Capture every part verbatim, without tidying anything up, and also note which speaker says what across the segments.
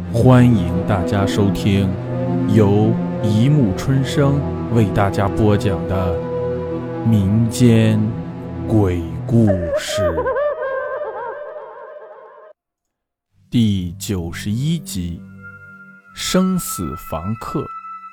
Speaker 1: 欢迎大家收听由一木春生为大家播讲的民间鬼故事第九十一集，生死房客。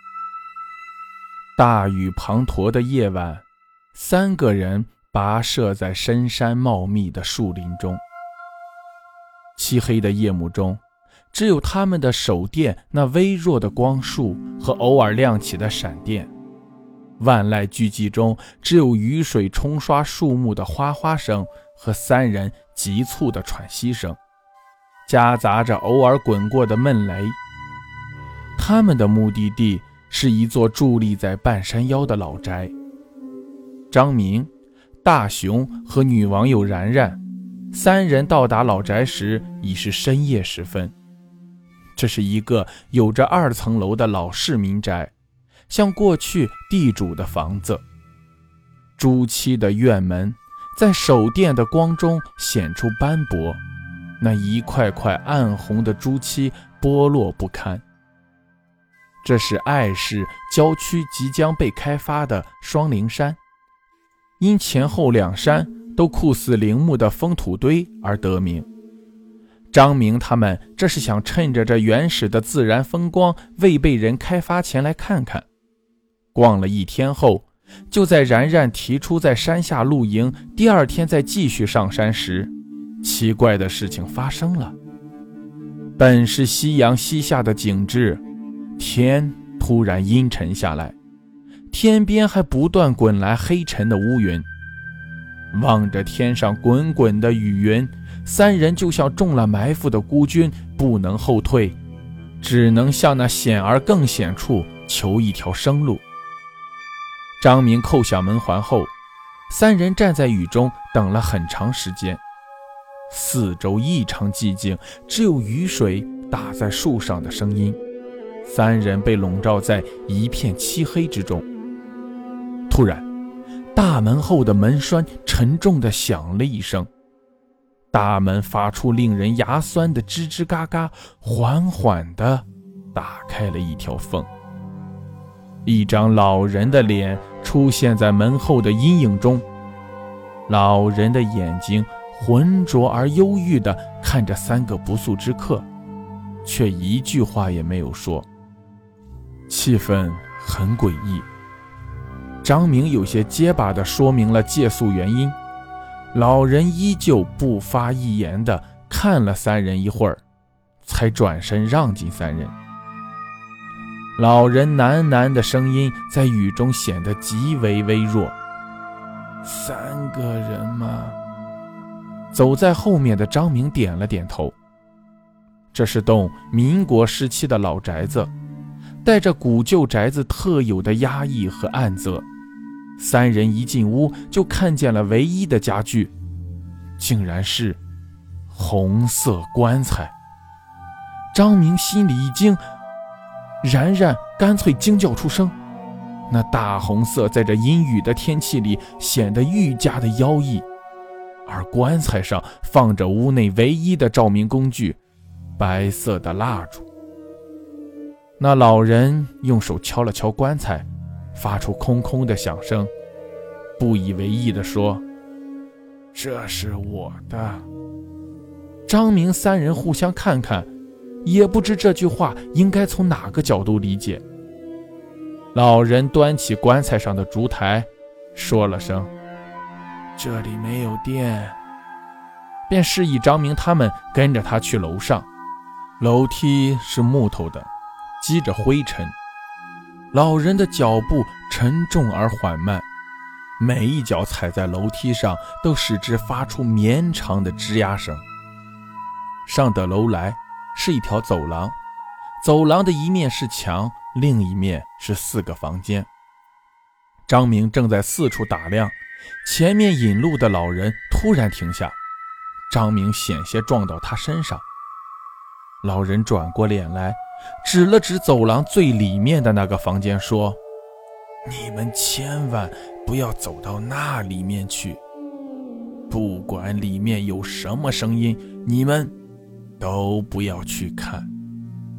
Speaker 1: 大雨滂沱的夜晚，三个人跋涉在深山茂密的树林中。漆黑的夜幕中，只有他们的手电那微弱的光束和偶尔亮起的闪电。万籁俱寂中，只有雨水冲刷树木的哗哗声和三人急促的喘息声，夹杂着偶尔滚过的闷雷。他们的目的地是一座伫立在半山腰的老宅。张明、大雄和女网友然然三人到达老宅时已是深夜时分。这是一个有着二层楼的老式民宅，像过去地主的房子。朱漆的院门在手电的光中显出斑驳，那一块块暗红的朱漆剥落不堪。这是爱市郊区即将被开发的双灵山，因前后两山都酷似陵墓的封土堆而得名。张明他们这是想趁着这原始的自然风光未被人开发前来看看。逛了一天后，就在然然提出在山下露营，第二天再继续上山时，奇怪的事情发生了。本是夕阳西下的景致，天突然阴沉下来，天边还不断滚来黑沉的乌云。望着天上滚滚的雨云，三人就像中了埋伏的孤军，不能后退，只能向那险而更险处求一条生路。张明扣响门环后，三人站在雨中等了很长时间。四周异常寂静，只有雨水打在树上的声音。三人被笼罩在一片漆黑之中。突然，大门后的门栓沉重地响了一声，大门发出令人牙酸的吱吱嘎嘎，缓缓地打开了一条缝。一张老人的脸出现在门后的阴影中，老人的眼睛浑浊而忧郁地看着三个不速之客，却一句话也没有说。气氛很诡异。张明有些结巴地说明了借宿原因，老人依旧不发一言地看了三人一会儿，才转身让进三人。老人喃喃的声音在雨中显得极为微弱：三个人吗？走在后面的张明点了点头。这是栋民国时期的老宅子，带着古旧宅子特有的压抑和暗泽。三人一进屋就看见了唯一的家具，竟然是红色棺材。张明心里一惊，然然干脆惊叫出声。那大红色在这阴雨的天气里显得愈加的妖异，而棺材上放着屋内唯一的照明工具——白色的蜡烛。那老人用手敲了敲棺材，发出空空的响声，不以为意地说：这是我的。张明三人互相看看，也不知这句话应该从哪个角度理解。老人端起棺材上的烛台，说了声：这里没有电，便示意张明他们跟着他去楼上。楼梯是木头的，积着灰尘，老人的脚步沉重而缓慢，每一脚踩在楼梯上都使之发出绵长的吱呀声。上得楼来是一条走廊，走廊的一面是墙，另一面是四个房间。张明正在四处打量，前面引路的老人突然停下，张明险些撞到他身上。老人转过脸来，指了指走廊最里面的那个房间，说：你们千万不要走到那里面去，不管里面有什么声音，你们都不要去看。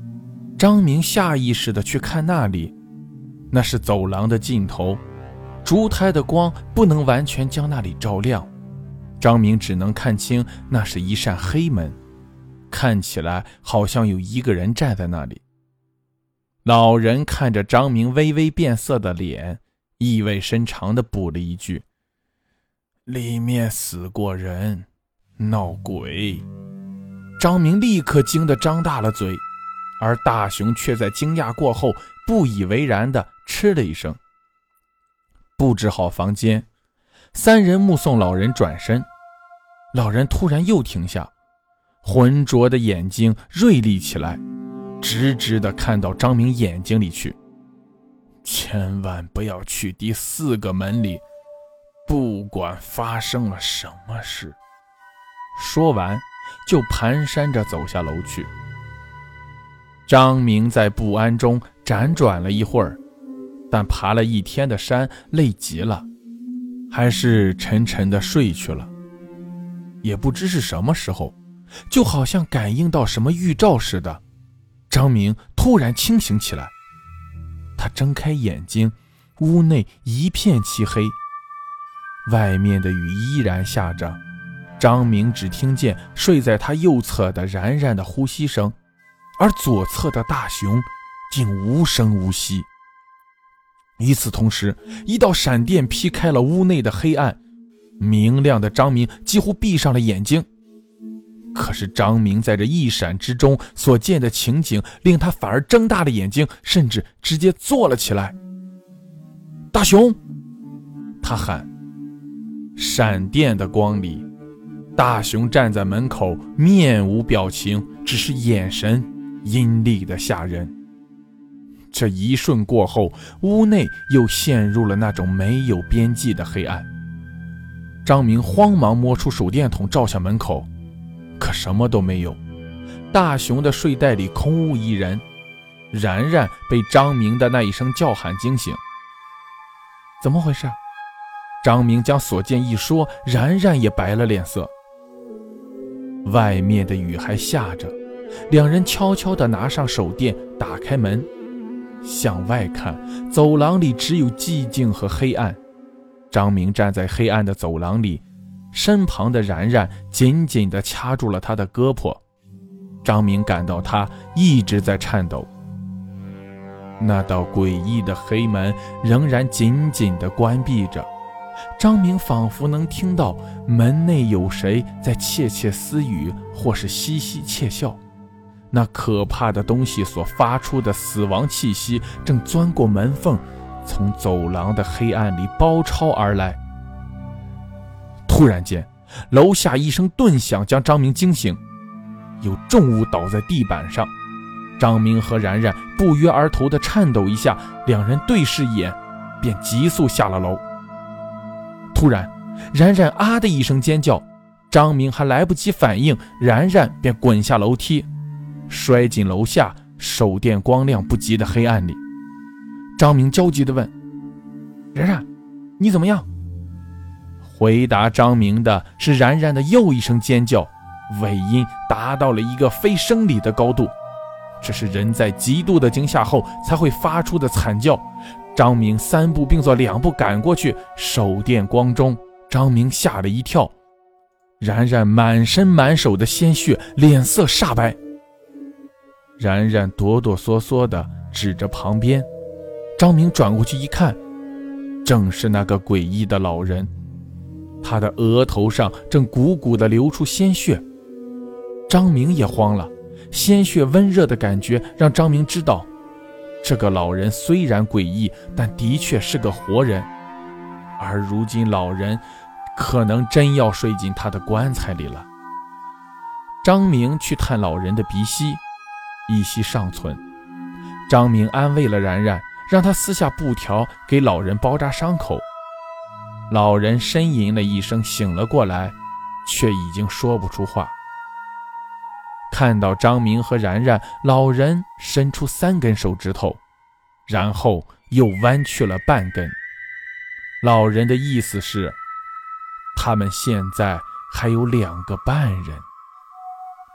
Speaker 1: 张明下意识地去看那里，那是走廊的尽头，烛台的光不能完全将那里照亮，张明只能看清那是一扇黑门，看起来好像有一个人站在那里。老人看着张明微微变色的脸，意味深长地补了一句：里面死过人，闹鬼。张明立刻惊得张大了嘴，而大雄却在惊讶过后不以为然地嗤了一声。布置好房间，三人目送老人转身，老人突然又停下，浑浊的眼睛锐利起来，直直地看到张明眼睛里去。千万不要去第四个门里，不管发生了什么事。说完就蹒跚着走下楼去。张明在不安中辗转了一会儿，但爬了一天的山累极了，还是沉沉地睡去了。也不知是什么时候，就好像感应到什么预兆似的，张明突然清醒起来。他睁开眼睛，屋内一片漆黑，外面的雨依然下着，张明只听见睡在他右侧的冉冉的呼吸声，而左侧的大雄竟无声无息。与此同时，一道闪电劈开了屋内的黑暗，明亮的张明几乎闭上了眼睛。可是张明在这一闪之中所见的情景，令他反而睁大了眼睛，甚至直接坐了起来。大雄，他喊。闪电的光里，大雄站在门口，面无表情，只是眼神阴厉的吓人。这一瞬过后，屋内又陷入了那种没有边际的黑暗。张明慌忙摸出手电筒照向门口，可什么都没有。大雄的睡袋里空无一人，冉冉被张明的那一声叫喊惊醒。怎么回事？张明将所见一说，冉冉也白了脸色。外面的雨还下着，两人悄悄地拿上手电，打开门，向外看，走廊里只有寂静和黑暗。张明站在黑暗的走廊里，身旁的冉冉紧紧地掐住了他的胳膊。张明感到他一直在颤抖。那道诡异的黑门仍然紧紧地关闭着，张明仿佛能听到门内有谁在窃窃私语，或是嘻嘻窃笑。那可怕的东西所发出的死亡气息正钻过门缝，从走廊的黑暗里包抄而来。突然间，楼下一声顿响将张明惊醒，有重物倒在地板上。张明和冉冉不约而同地颤抖一下，两人对视一眼，便急速下了楼。突然，冉冉啊的一声尖叫，张明还来不及反应，冉冉便滚下楼梯，摔进楼下手电光亮不及的黑暗里。张明焦急地问：冉冉，你怎么样？回答张明的是冉冉的又一声尖叫，尾音达到了一个非生理的高度，这是人在极度的惊吓后才会发出的惨叫。张明三步并作两步赶过去，手电光中，张明吓了一跳，冉冉满身满手的鲜血，脸色煞白。冉冉哆哆嗦嗦地指着旁边，张明转过去一看，正是那个诡异的老人，他的额头上正鼓鼓地流出鲜血。张明也慌了，鲜血温热的感觉让张明知道，这个老人虽然诡异，但的确是个活人，而如今老人可能真要睡进他的棺材里了。张明去探老人的鼻息，一息尚存。张明安慰了冉冉，让他撕下布条给老人包扎伤口。老人呻吟了一声，醒了过来，却已经说不出话。看到张明和冉冉，老人伸出三根手指头，然后又弯去了半根。老人的意思是，他们现在还有两个半人。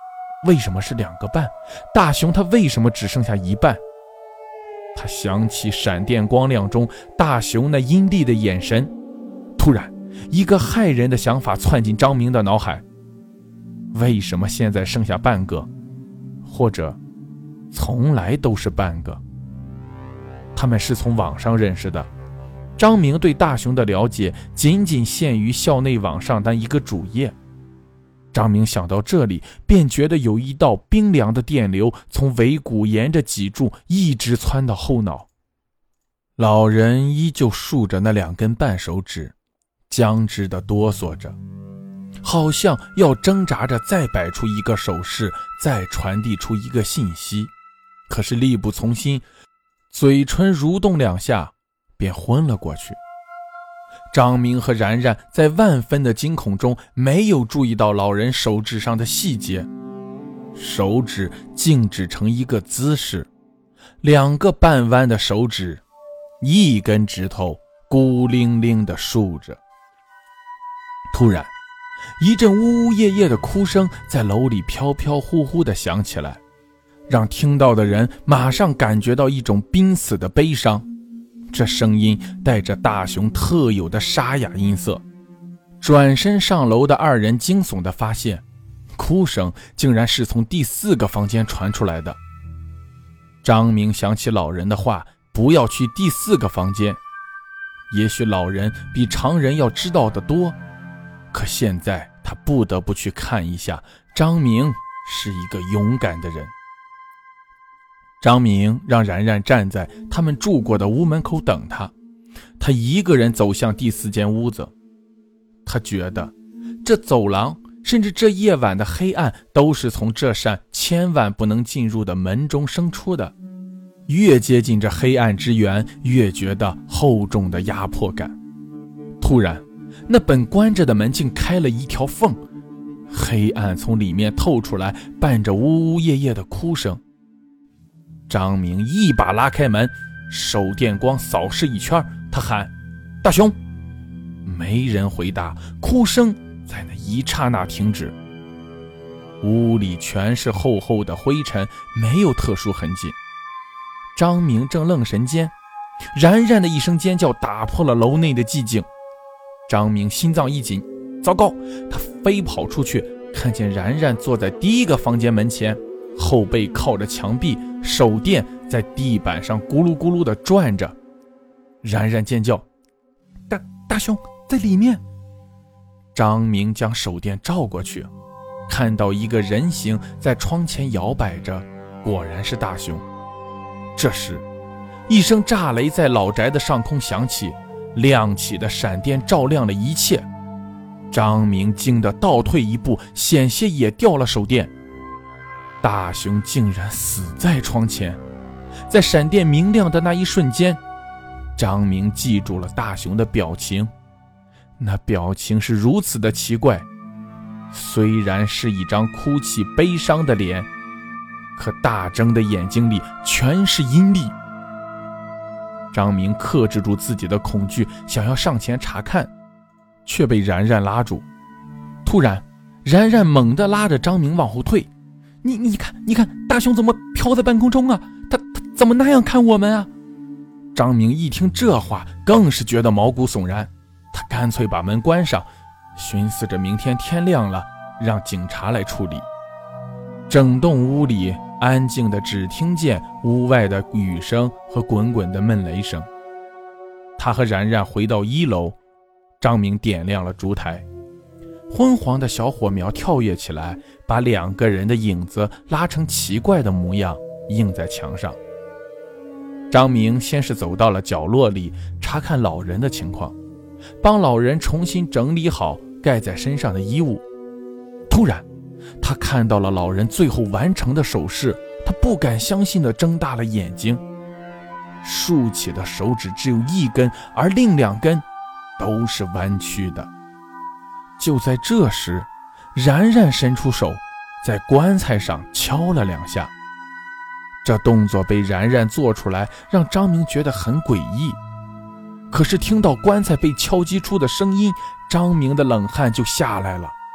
Speaker 1: 为什么是两个半？大熊他为什么只剩下一半？他想起闪电光亮中大熊那阴厉的眼神，突然一个骇人的想法窜进张明的脑海：为什么现在剩下半个？或者从来都是半个？他们是从网上认识的，张明对大熊的了解仅仅限于校内网上的一个主页。张明想到这里，便觉得有一道冰凉的电流从尾骨沿着脊柱一直窜到后脑。老人依旧竖着那两根半手指，僵直地哆嗦着，好像要挣扎着再摆出一个手势，再传递出一个信息，可是力不从心，嘴唇蠕动两下便昏了过去。张明和然然在万分的惊恐中没有注意到老人手指上的细节，手指静止成一个姿势，两个半弯的手指，一根指头孤零零地竖着。突然一阵呜呜咽咽的哭声在楼里飘飘忽忽地响起来，让听到的人马上感觉到一种濒死的悲伤。这声音带着大熊特有的沙哑音色。转身上楼的二人惊悚地发现，哭声竟然是从第四个房间传出来的。张明想起老人的话，不要去第四个房间。也许老人比常人要知道得多，可现在他不得不去看一下。张明是一个勇敢的人。张明让然然站在他们住过的屋门口等他，他一个人走向第四间屋子。他觉得这走廊甚至这夜晚的黑暗都是从这扇千万不能进入的门中生出的，越接近这黑暗之源，越觉得厚重的压迫感。突然那本关着的门竟开了一条缝，黑暗从里面透出来，伴着呜呜咽咽的哭声。张明一把拉开门，手电光扫视一圈，他喊：大熊！没人回答，哭声在那一刹那停止。屋里全是厚厚的灰尘，没有特殊痕迹。张明正愣神间，然然的一声尖叫打破了楼内的寂静。张明心脏一紧，糟糕！他飞跑出去，看见然然坐在第一个房间门前，后背靠着墙壁，手电在地板上咕噜咕噜地转着。然然尖叫：大大熊在里面！张明将手电照过去，看到一个人形在窗前摇摆着，果然是大熊。这时一声炸雷在老宅的上空响起，亮起的闪电照亮了一切。张明惊得倒退一步，险些也掉了手电。大熊竟然死在窗前。在闪电明亮的那一瞬间，张明记住了大熊的表情，那表情是如此的奇怪，虽然是一张哭泣悲伤的脸，可大睁的眼睛里全是阴戾。张明克制住自己的恐惧，想要上前查看，却被然然拉住。突然然然猛地拉着张明往后退，你你看你看大熊怎么飘在半空中啊，他他怎么那样看我们啊？张明一听这话更是觉得毛骨悚然，他干脆把门关上，寻思着明天天亮了让警察来处理。整栋屋里安静的只听见屋外的雨声和滚滚的闷雷声。他和然然回到一楼，张明点亮了烛台，昏黄的小火苗跳跃起来，把两个人的影子拉成奇怪的模样，映在墙上。张明先是走到了角落里，查看老人的情况，帮老人重新整理好盖在身上的衣物。突然他看到了老人最后完成的手势，他不敢相信地睁大了眼睛。竖起的手指只有一根，而另两根都是弯曲的。就在这时，然然伸出手在棺材上敲了两下。这动作被然然做出来，让张明觉得很诡异。可是听到棺材被敲击出的声音，张明的冷汗就下来了。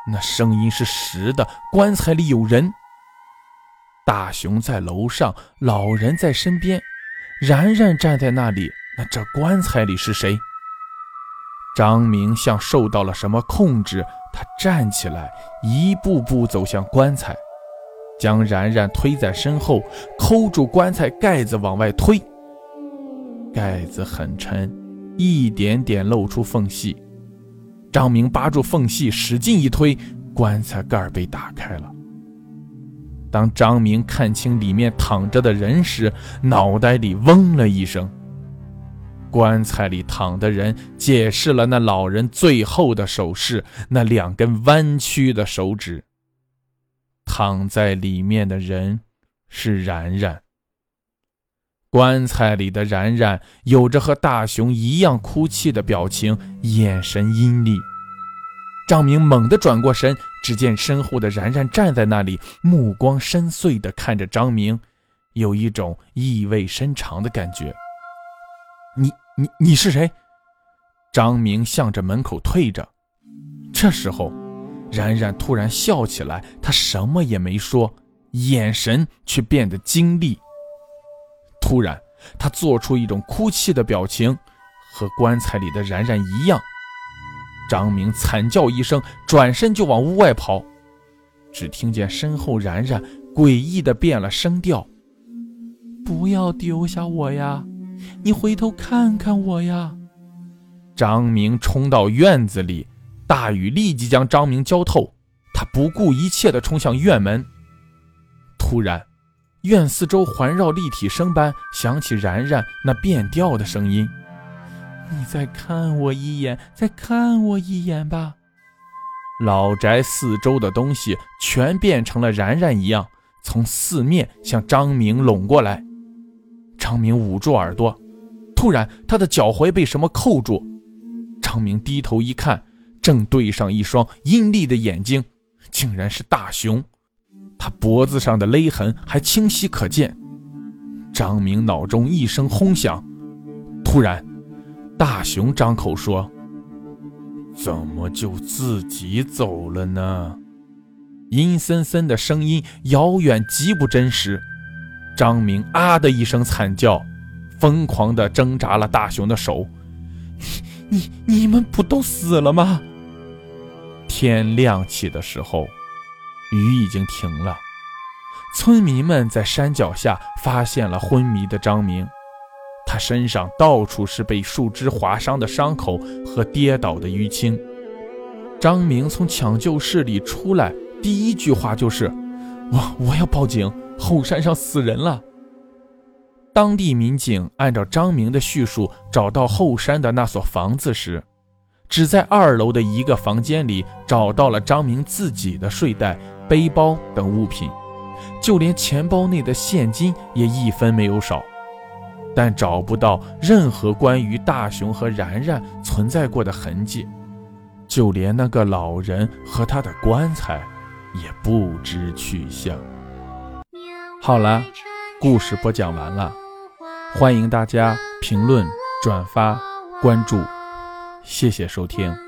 Speaker 1: 那声音是实的，棺材里有人。大熊在楼上，老人在身边，然然站在那里，那这棺材里是谁？张明像受到了什么控制，他站起来，一步步走向棺材，将然然推在身后，抠住棺材盖子往外推。盖子很沉，一点点露出缝隙。张明扒住缝隙，使劲一推，棺材盖被打开了。当张明看清里面躺着的人时，脑袋里嗡了一声。棺材里躺的人解释了那老人最后的手势，那两根弯曲的手指。躺在里面的人是然然。棺材里的然然有着和大熊一样哭泣的表情，眼神阴厉。张明猛地转过身，只见身后的然然站在那里，目光深邃地看着张明，有一种意味深长的感觉。你你你是谁？张明向着门口退着。这时候然然突然笑起来，他什么也没说，眼神却变得惊厉。突然他做出一种哭泣的表情，和棺材里的然然一样。张明惨叫一声，转身就往屋外跑，只听见身后然然诡异地变了声调：不要丢下我呀，你回头看看我呀。张明冲到院子里，大雨立即将张明浇透，他不顾一切地冲向院门。突然院四周环绕立体声般响起然然那变调的声音：你再看我一眼，再看我一眼吧。老宅四周的东西全变成了然然一样，从四面向张明拢过来。张明捂住耳朵，突然他的脚踝被什么扣住。张明低头一看，正对上一双阴厉的眼睛，竟然是大熊，他脖子上的勒痕还清晰可见。张明脑中一声轰响，突然大熊张口说：怎么就自己走了呢？阴森森的声音遥远极不真实。张明啊的一声惨叫，疯狂地挣扎了大熊的手。你你你们不都死了吗？天亮起的时候，雨已经停了。村民们在山脚下发现了昏迷的张明，他身上到处是被树枝划伤的伤口和跌倒的淤青。张明从抢救室里出来，第一句话就是：我我要报警，后山上死人了。当地民警按照张明的叙述找到后山的那所房子时，只在二楼的一个房间里找到了张明自己的睡袋、背包等物品，就连钱包内的现金也一分没有少，但找不到任何关于大熊和然然存在过的痕迹，就连那个老人和他的棺材也不知去向。好了，故事播讲完了，欢迎大家评论、转发、关注，谢谢收听。